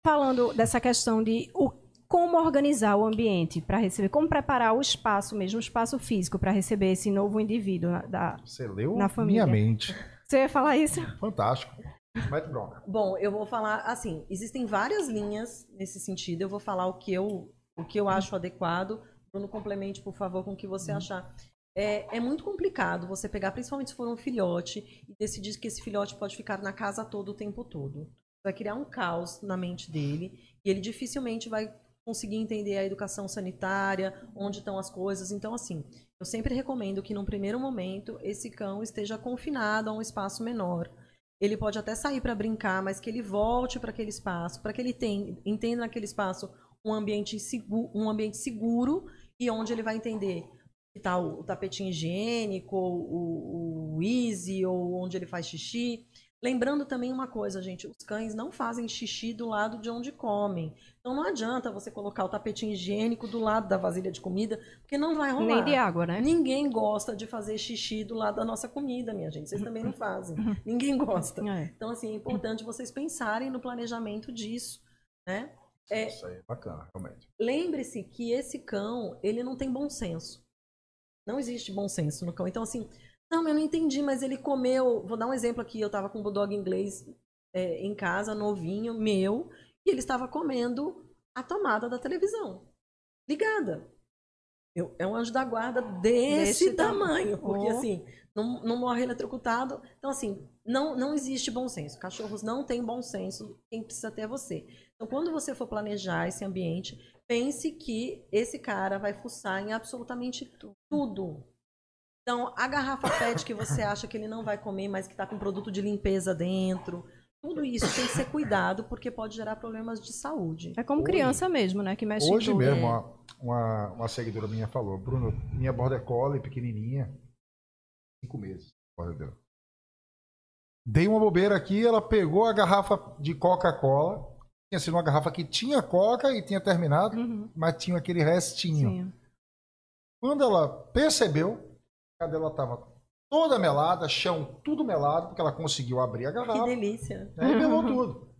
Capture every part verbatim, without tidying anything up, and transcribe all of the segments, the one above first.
falando dessa questão de o, como organizar o ambiente para receber, como preparar o espaço mesmo, o espaço físico para receber esse novo indivíduo na, da, Você leu na família. minha mente. Você ia falar isso? Fantástico. Mete bronca. Bom, eu vou falar assim, existem várias linhas nesse sentido. Eu vou falar o que eu, o que eu acho adequado. Bruno, complemente, por favor, com o que você achar. É, é muito complicado você pegar, principalmente se for um filhote, e decidir que esse filhote pode ficar na casa todo o tempo todo. Vai criar um caos na mente dele e ele dificilmente vai conseguir entender a educação sanitária, onde estão as coisas. Então, assim, eu sempre recomendo que, num primeiro momento, esse cão esteja confinado a um espaço menor. Ele pode até sair para brincar, mas que ele volte para aquele espaço, para que ele tem, entenda naquele espaço um ambiente, seguro, um ambiente seguro e onde ele vai entender que está o, o tapetinho higiênico, o, o easy, ou onde ele faz xixi. Lembrando também uma coisa, gente, os cães não fazem xixi do lado de onde comem. Então não adianta você colocar o tapetinho higiênico do lado da vasilha de comida, porque não vai rolar. Nem de água, né? Ninguém gosta de fazer xixi do lado da nossa comida, minha gente. Vocês também não fazem. Ninguém gosta. É. Então, assim, é importante vocês pensarem no planejamento disso, né? É, Isso aí é bacana, realmente. lembre-se que esse cão, ele não tem bom senso. Não existe bom senso no cão. Então, assim, não, eu não entendi, mas ele comeu... Vou dar um exemplo aqui. Eu estava com um bulldog inglês é, em casa, novinho, meu, e ele estava comendo a tomada da televisão, ligada. Eu, é um anjo da guarda desse, desse tamanho, porque oh. assim, não, não morre eletrocutado. Então, assim, não, não existe bom senso. Cachorros não têm bom senso, quem precisa ter é você. Então, quando você for planejar esse ambiente, pense que esse cara vai fuçar em absolutamente tudo. Então, a garrafa pet que você acha que ele não vai comer, mas que está com produto de limpeza dentro, tudo isso tem que ser cuidado, porque pode gerar problemas de saúde. É como Hoje, criança mesmo, né? Que mexe Hoje em tudo. mesmo, É. uma, uma, uma seguidora minha falou, Bruno, minha border collie pequenininha, cinco meses, dela. Dei uma bobeira aqui, ela pegou a garrafa de Coca-Cola, tinha sido uma garrafa que tinha Coca e tinha terminado, uhum. mas tinha aquele restinho. Sim. Quando ela percebeu, a cadela estava toda melada, chão tudo melado, porque ela conseguiu abrir a garrafa. Que delícia. Né, e melou tudo.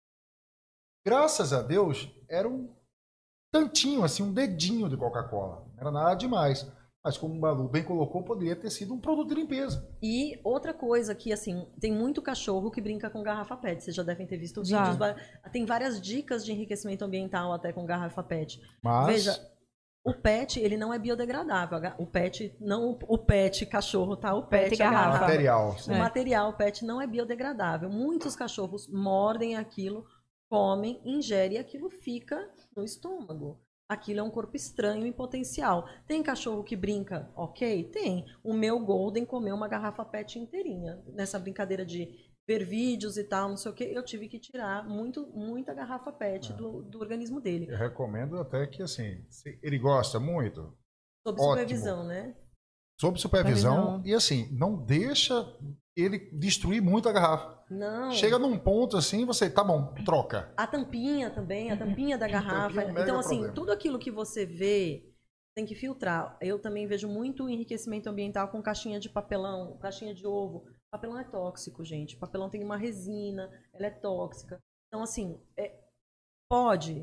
Graças a Deus, era um tantinho, assim, um dedinho de Coca-Cola. Não era nada demais. Mas como o Malu bem colocou, poderia ter sido um produto de limpeza. E outra coisa que, assim, tem muito cachorro que brinca com garrafa pet. Vocês já devem ter visto já. vídeos. Tem várias dicas de enriquecimento ambiental até com garrafa pet. Mas... Veja, o pet, ele não é biodegradável. O pet, não o pet cachorro, tá? O pet, pet a garrafa. O material. O é. material, o pet, não é biodegradável. Muitos cachorros mordem aquilo, comem, ingerem e aquilo fica no estômago. Aquilo é um corpo estranho em potencial. Tem cachorro que brinca? Ok, tem. O meu Golden comeu uma garrafa pet inteirinha. Nessa brincadeira de ver vídeos e tal, não sei o que, eu tive que tirar muito, muita garrafa pet é. do, do organismo dele. Eu recomendo até que, assim, se ele gosta muito... Sob ótimo. supervisão, né? Sob supervisão. supervisão. E, assim, não deixa ele destruir muito a garrafa. Não. Chega num ponto assim, você, tá bom, troca. A tampinha também, a tampinha da garrafa. Tampinha é um então, assim, problema. tudo aquilo que você vê tem que filtrar. Eu também vejo muito enriquecimento ambiental com caixinha de papelão, caixinha de ovo. Papelão é tóxico, gente. Papelão tem uma resina, ela é tóxica. Então, assim, é, pode...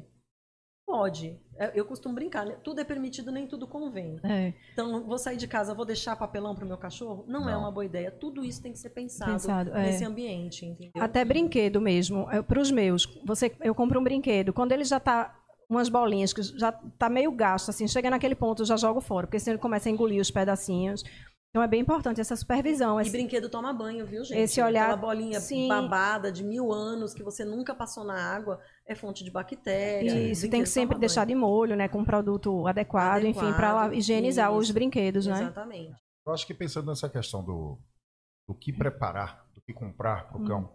Pode. Eu costumo brincar, né? Tudo é permitido, nem tudo convém. É. Então, vou sair de casa, vou deixar papelão pro meu cachorro? Não, Não. é uma boa ideia. Tudo isso tem que ser pensado, pensado nesse é. ambiente, entendeu? Até brinquedo mesmo. Para os meus, você, eu compro um brinquedo. Quando ele já tá umas bolinhas, que já tá meio gasto, assim, chega naquele ponto, eu já jogo fora, porque senão ele começa a engolir os pedacinhos. Então é bem importante essa supervisão. Esse, e brinquedo toma banho, viu, gente? Esse olhar... Aquela bolinha sim. babada de mil anos que você nunca passou na água é fonte de bactéria. Isso, tem que sempre deixar banho. de molho, né? Com um produto adequado, adequado enfim, para higienizar isso. os brinquedos, né? Exatamente. Eu acho que pensando nessa questão do, do que preparar, do que comprar para o hum. cão,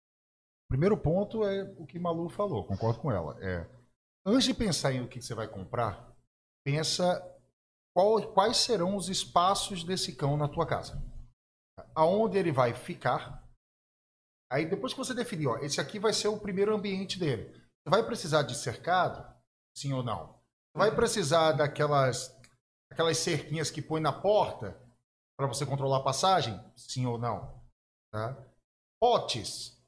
o primeiro ponto é o que Malu falou, concordo com ela. É, antes de pensar em o que você vai comprar, pensa... Qual, quais serão os espaços desse cão na tua casa? Aonde ele vai ficar? Aí depois que você definir, ó, esse aqui vai ser o primeiro ambiente dele. Você vai precisar de cercado? Sim ou não? Vai precisar daquelas aquelas cerquinhas que põe na porta para você controlar a passagem? Sim ou não? Tá? Potes.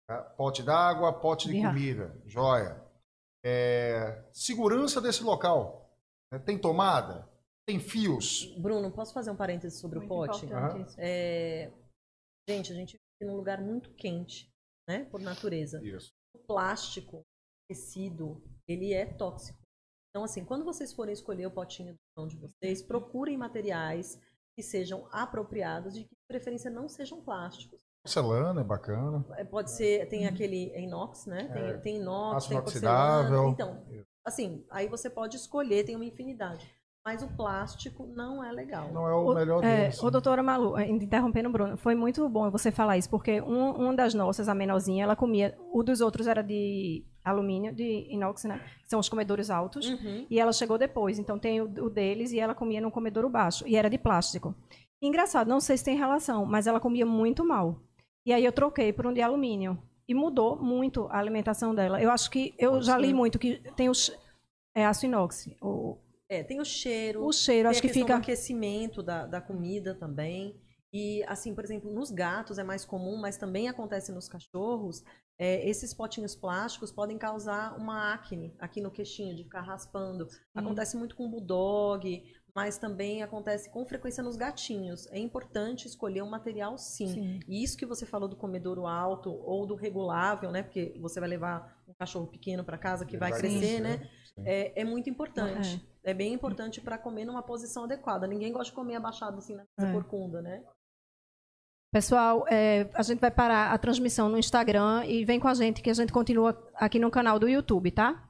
Tá? Pote d'água, pote de Birra. comida, joia. É, segurança desse local. Né? Tem tomada? Tem fios? Bruno, posso fazer um parêntese sobre Muito o pote? importante Aham. isso. É, gente, a gente vive num lugar muito quente, né? Por natureza. Isso. O plástico, tecido, ele é tóxico. Então, assim, quando vocês forem escolher o potinho do pão de vocês, procurem materiais que sejam apropriados e que, de preferência, não sejam plásticos. Porcelana é bacana. É, pode ser, tem aquele inox, né? Tem, É, tem inox, aço tem inoxidável. porcelana. Então, assim, aí você pode escolher, tem uma infinidade. Mas o plástico não é legal. Não é o, O- melhor É, deles. ô, doutora Malu, eh, interrompendo o Bruno, foi muito bom você falar isso, porque um, uma das nossas, a menorzinha, ela comia, o dos outros era de alumínio, de inox, né? Que são os comedores altos, Uhum. e ela chegou depois, então tem o, o deles, e ela comia num comedouro baixo, e era de plástico. Engraçado, não sei se tem relação, mas ela comia muito mal. E aí eu troquei por um de alumínio, e mudou muito a alimentação dela. Eu acho que, eu Pode já ser. li muito que tem os, é aço inox, o, É, tem o cheiro. o cheiro, Tem acho a que questão fica... do aquecimento da, da comida também. E, assim, por exemplo, nos gatos é mais comum, mas também acontece nos cachorros. É, esses potinhos plásticos podem causar uma acne aqui no queixinho, de ficar raspando. Acontece muito com o bulldog, mas também acontece com frequência nos gatinhos. É importante escolher um material, sim. Sim. E isso que você falou do comedouro alto ou do regulável, né? Porque você vai levar um cachorro pequeno para casa que Ele vai, vai crescer, crescer, né? sim. É, é muito importante. É bem importante para comer numa posição adequada. Ninguém gosta de comer abaixado assim na mesa É. corcunda, né? Pessoal, é, a gente vai parar a transmissão no Instagram e vem com a gente que a gente continua aqui no canal do YouTube, tá?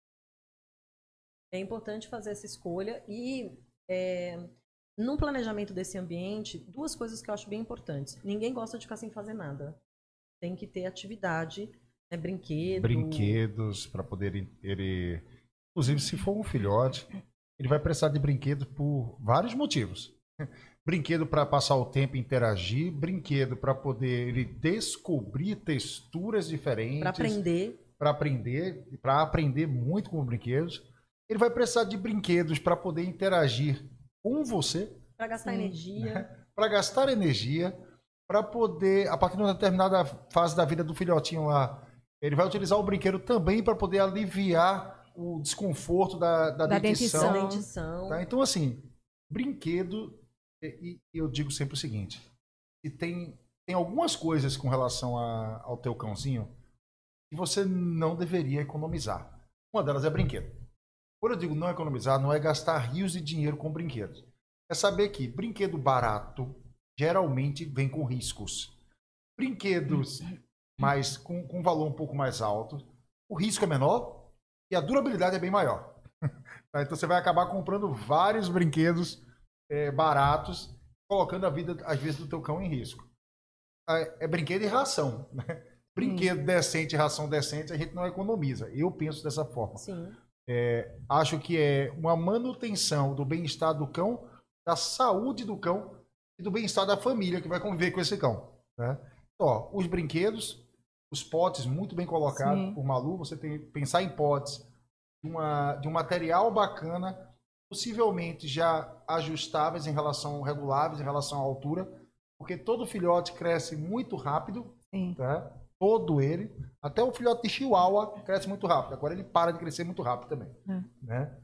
É importante fazer essa escolha e é, no planejamento desse ambiente, duas coisas que eu acho bem importantes. Ninguém gosta de ficar sem fazer nada. Tem que ter atividade, né, brinquedo. Brinquedos para poder ele, inclusive se for um filhote, ele vai precisar de brinquedo por vários motivos. Brinquedo para passar o tempo e interagir, brinquedo para poder ele descobrir texturas diferentes, Para aprender. para aprender, para aprender muito com brinquedos. Ele vai precisar de brinquedos para poder interagir com você, Para gastar Sim. energia. para gastar energia, para poder, a partir de uma determinada fase da vida do filhotinho lá, ele vai utilizar o brinquedo também para poder aliviar o desconforto da, da, Da dentição. Da dentição. dentição. Tá? Então, assim, brinquedo, e, e eu digo sempre o seguinte, que tem, tem algumas coisas com relação a, ao teu cãozinho que você não deveria economizar. Uma delas é brinquedo. Quando eu digo não economizar, não é gastar rios de dinheiro com brinquedos. É saber que brinquedo barato geralmente vem com riscos. Brinquedos mais, com, com valor um pouco mais alto, o risco é menor e a durabilidade é bem maior. Tá? Então você vai acabar comprando vários brinquedos é, baratos, colocando a vida, às vezes, do teu cão em risco. É, é brinquedo e ração. Né? Brinquedo decente e ração decente, a gente não economiza. Eu penso dessa forma. Sim. É, acho que é uma manutenção do bem-estar do cão, da saúde do cão e do bem-estar da família que vai conviver com esse cão. Né? Ó, os brinquedos, os potes muito bem colocados Sim. por Malu, você tem que pensar em potes de, uma, de um material bacana, possivelmente já ajustáveis em relação, reguláveis em relação à altura, porque todo filhote cresce muito rápido, Sim. tá? Todo ele, até o filhote de Chihuahua cresce muito rápido. Agora ele para de crescer muito rápido também. É. Né?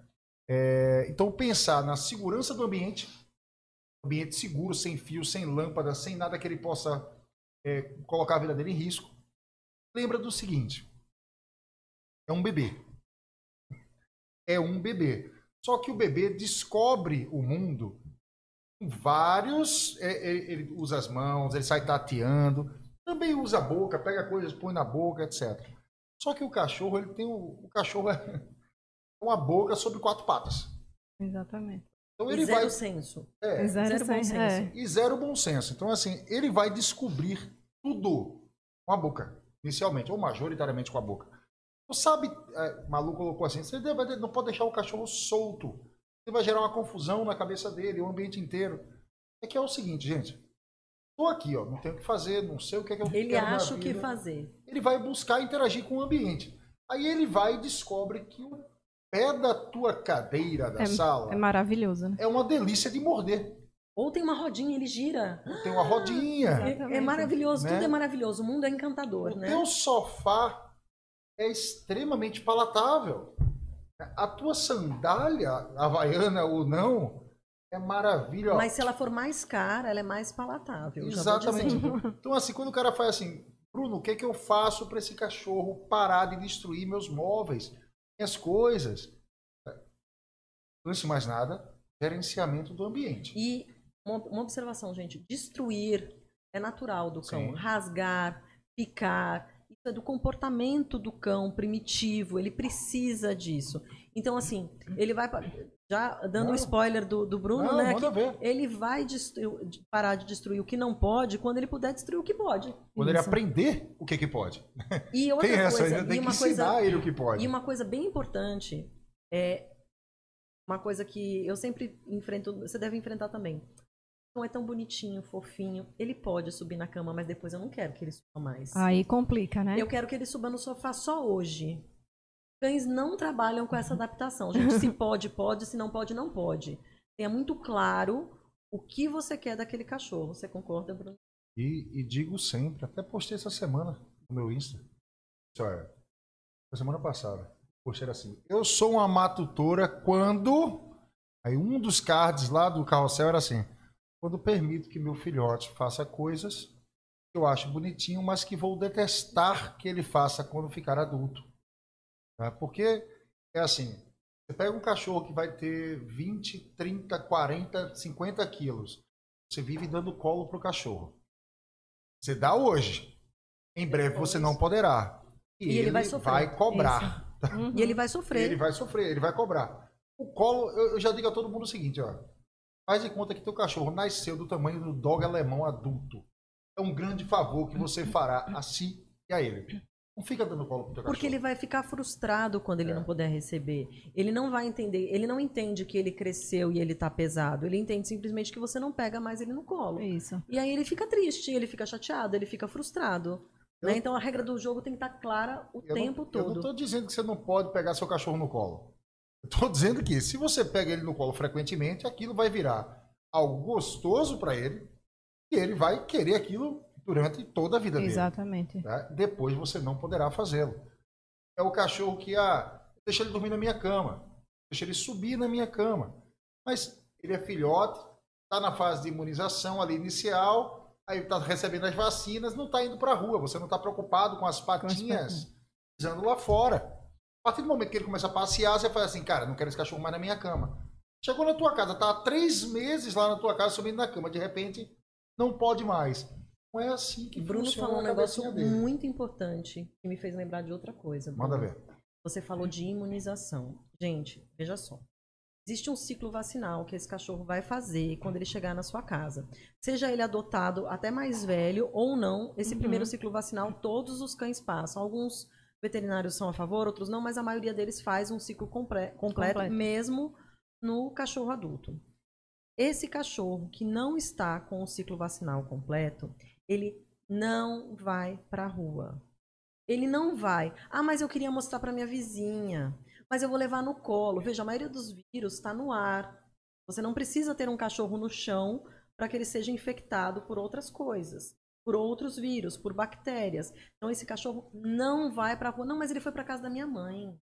É, então pensar na segurança do ambiente, ambiente seguro, sem fio, sem lâmpada, sem nada que ele possa é, colocar a vida dele em risco. Lembra do seguinte: é um bebê. É um bebê. Só que o bebê descobre o mundo com vários. É, ele, ele usa as mãos, ele sai tateando. Também usa a boca, pega coisas, põe na boca, etcétera. Só que o cachorro, ele tem um, o cachorro é uma boca sobre quatro patas. Exatamente. Então E ele zero vai senso. é, Zero, zero bom sem- senso. é. e zero bom senso. Então assim, ele vai descobrir tudo com a boca, inicialmente ou majoritariamente com a boca. Então sabe, é, Malu colocou assim, você deve, não pode deixar o cachorro solto. Você vai gerar uma confusão na cabeça dele, o ambiente inteiro. É que é o seguinte, gente. Tô aqui, ó, não tenho o que fazer, não sei o que é que eu Ele quero na acha o que vida. fazer. Ele vai buscar interagir com o ambiente. Aí ele vai e descobre que o pé da tua cadeira da É, sala é maravilhoso, né? é uma delícia de morder. Ou tem uma rodinha, ele gira. Tem uma rodinha. É, é maravilhoso, Né? tudo é maravilhoso. O mundo é encantador, O né? teu sofá é extremamente palatável. A tua sandália, havaiana ou não, é maravilha. Mas se ela for mais cara, ela é mais palatável. já vou Exatamente. dizendo. Então, assim, quando o cara faz assim, Bruno, o que é que eu faço para esse cachorro parar de destruir meus móveis, minhas coisas? Antes de mais nada, gerenciamento do ambiente. E uma, uma observação, gente. Destruir é natural do cão. Sim. Rasgar, picar. Isso é do comportamento do cão primitivo. Ele precisa disso. Então, assim, ele vai... pa- Já dando um Não. spoiler do, do Bruno, Não, né? manda que ver. ele vai destru- de- parar de destruir o que não pode quando ele puder destruir o que pode. Quando ele Isso. aprender o que que pode. E outra Tem essa coisa, ainda, e tem que uma ensinar coisa, ele o que pode. e uma coisa bem importante é uma coisa que eu sempre enfrento, você deve enfrentar também. Não é tão bonitinho, fofinho. Ele pode subir na cama, mas depois eu não quero que ele suba mais. Aí complica, né? Eu quero que ele suba no sofá só hoje. Cães não trabalham com essa adaptação. Gente, se pode, pode. Se não pode, não pode. Tenha muito claro o que você quer daquele cachorro. Você concorda, Bruno? E, e digo sempre, até postei essa semana no meu Insta. Olha, na semana passada, postei assim, eu sou uma matutora quando... Aí um dos cards lá do carrossel era assim, quando permito que meu filhote faça coisas que eu acho bonitinho, mas que vou detestar que ele faça quando ficar adulto. Tá? Porque é assim, você pega um cachorro que vai ter vinte, trinta, quarenta, cinquenta quilos, você vive dando colo pro cachorro. Você dá hoje, em breve você não poderá. E, E ele ele vai sofrer. vai cobrar. Uhum. E ele vai sofrer. Ele vai sofrer, ele vai cobrar. O colo, eu, eu já digo a todo mundo o seguinte, ó. Faz de conta que teu cachorro nasceu do tamanho do dog alemão adulto. É um grande favor que você fará a si e a ele. Não fica dando colo pro teu cachorro. Porque ele vai ficar frustrado quando ele É. não puder receber. Ele não vai entender, ele não entende que ele cresceu e ele tá pesado. Ele entende simplesmente que você não pega mais ele no colo. Isso. E aí ele fica triste, ele fica chateado, ele fica frustrado. Eu- Né? Então a regra do jogo tem que estar clara o Eu tempo não, Eu todo. não estou dizendo que você não pode pegar seu cachorro no colo. Eu estou dizendo que se você pega ele no colo frequentemente, aquilo vai virar algo gostoso para ele e ele vai querer aquilo durante toda a vida dele. Exatamente. Tá? Depois você não poderá fazê-lo. É o cachorro que, ah, deixa ele dormir na minha cama, deixa ele subir na minha cama. Mas ele é filhote, está na fase de imunização ali inicial, aí está recebendo as vacinas, não está indo para a rua, você não está preocupado com as patinhas pisando lá fora. A partir do momento que ele começa a passear, você fala assim, cara, não quero esse cachorro mais na minha cama. Chegou na tua casa, tá há três meses lá na tua casa subindo na cama, de repente não pode mais. Não é assim que Bruno funciona falou um a negócio cabecinha dele. muito importante que me fez lembrar de outra coisa. Bruno. Manda ver. Você falou de imunização. Gente, veja só. Existe um ciclo vacinal que esse cachorro vai fazer quando ele chegar na sua casa. Seja ele adotado até mais velho ou não, esse Uhum. primeiro ciclo vacinal todos os cães passam. Alguns veterinários são a favor, outros não, mas a maioria deles faz um ciclo compre- completo, Completo. mesmo no cachorro adulto. Esse cachorro que não está com o ciclo vacinal completo, ele não vai para a rua. Ele não vai. Ah, mas eu queria mostrar para minha vizinha. Mas eu vou levar no colo. Veja, a maioria dos vírus está no ar. Você não precisa ter um cachorro no chão para que ele seja infectado por outras coisas, por outros vírus, por bactérias. Então esse cachorro não vai para a rua. Não, mas ele foi para casa da minha mãe.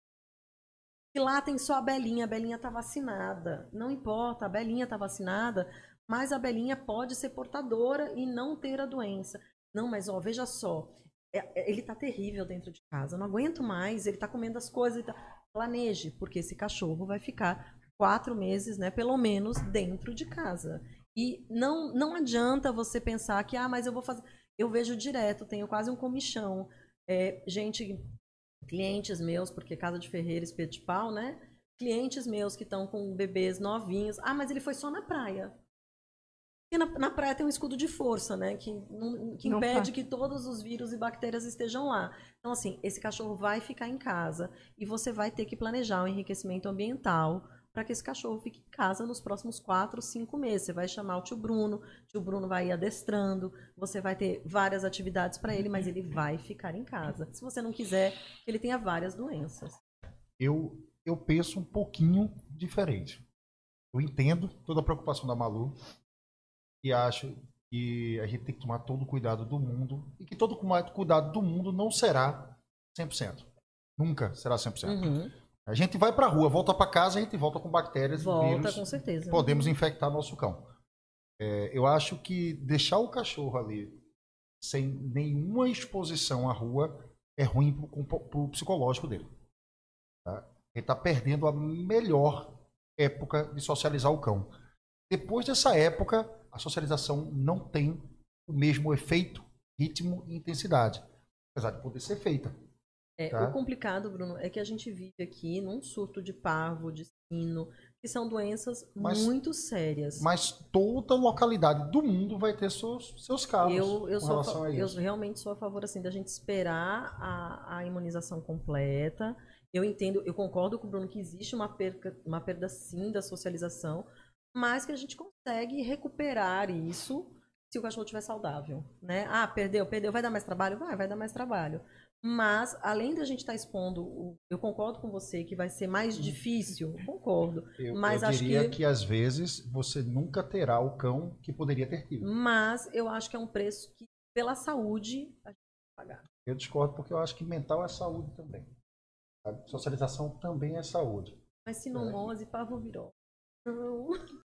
E lá tem só a Belinha. A Belinha está vacinada. Não importa, a Belinha está vacinada, mas a Belinha pode ser portadora e não ter a doença. Não, mas ó, veja só. É- é- Ele tá terrível dentro de casa. Eu não aguento mais. Ele tá comendo as coisas. Ele tá... Planeje, porque esse cachorro vai ficar quatro meses, né, pelo menos, dentro de casa. E não, não adianta você pensar que, ah, mas eu vou fazer. Eu vejo direto, tenho quase um comichão. É, gente, clientes meus, porque Casa de Ferreira, Espeto de Pau, né? Clientes meus que estão com bebês novinhos. Ah, mas ele foi só na praia. Porque na, na praia tem um escudo de força, né? Que, não- que Não impede faz. que todos os vírus e bactérias estejam lá. Então, assim, esse cachorro vai ficar em casa e você vai ter que planejar o enriquecimento ambiental para que esse cachorro fique em casa nos próximos quatro, cinco meses. Você vai chamar o tio Bruno, o tio Bruno vai ir adestrando, você vai ter várias atividades para ele, mas ele vai ficar em casa. Se você não quiser que ele tenha várias doenças. Eu, eu penso um pouquinho diferente. Eu entendo toda a preocupação da Malu. e acho que a gente tem que tomar todo o cuidado do mundo e que todo o cuidado do mundo não será cem por cento. Nunca será cem por cento. Uhum. A gente vai para a rua, volta para casa, a gente volta com bactérias, Volta, vírus, com certeza. podemos infectar nosso cão. É, eu acho que deixar o cachorro ali sem nenhuma exposição à rua é ruim para o psicológico dele. Tá? Ele está perdendo a melhor época de socializar o cão. Depois dessa época, a socialização não tem o mesmo efeito, ritmo e intensidade, apesar de poder ser feita. É, Tá? O complicado, Bruno, é que a gente vive aqui num surto de parvo, de sino, que são doenças Mas- muito sérias. Mas toda localidade do mundo vai ter seus, seus casos Eu, eu, com sou a relação fa- a eu isso. realmente sou a favor assim da gente esperar a, a imunização completa. Eu entendo, eu concordo com o Bruno que existe uma perda, uma perda sim da socialização, mas que a gente consegue recuperar isso se o cachorro estiver saudável, né? Ah, perdeu, perdeu, vai dar mais trabalho? Vai, vai dar mais trabalho. Mas, além da gente estar expondo, o- eu concordo com você que vai ser mais difícil, concordo. Eu, Mas eu acho diria que- que... às vezes você nunca terá o cão que poderia ter tido. Mas eu acho que é um preço que, pela saúde, a gente vai pagar. Eu discordo porque eu acho que mental é saúde também. sabe? Socialização também é saúde. Mas sinomose, parvovirose. Não.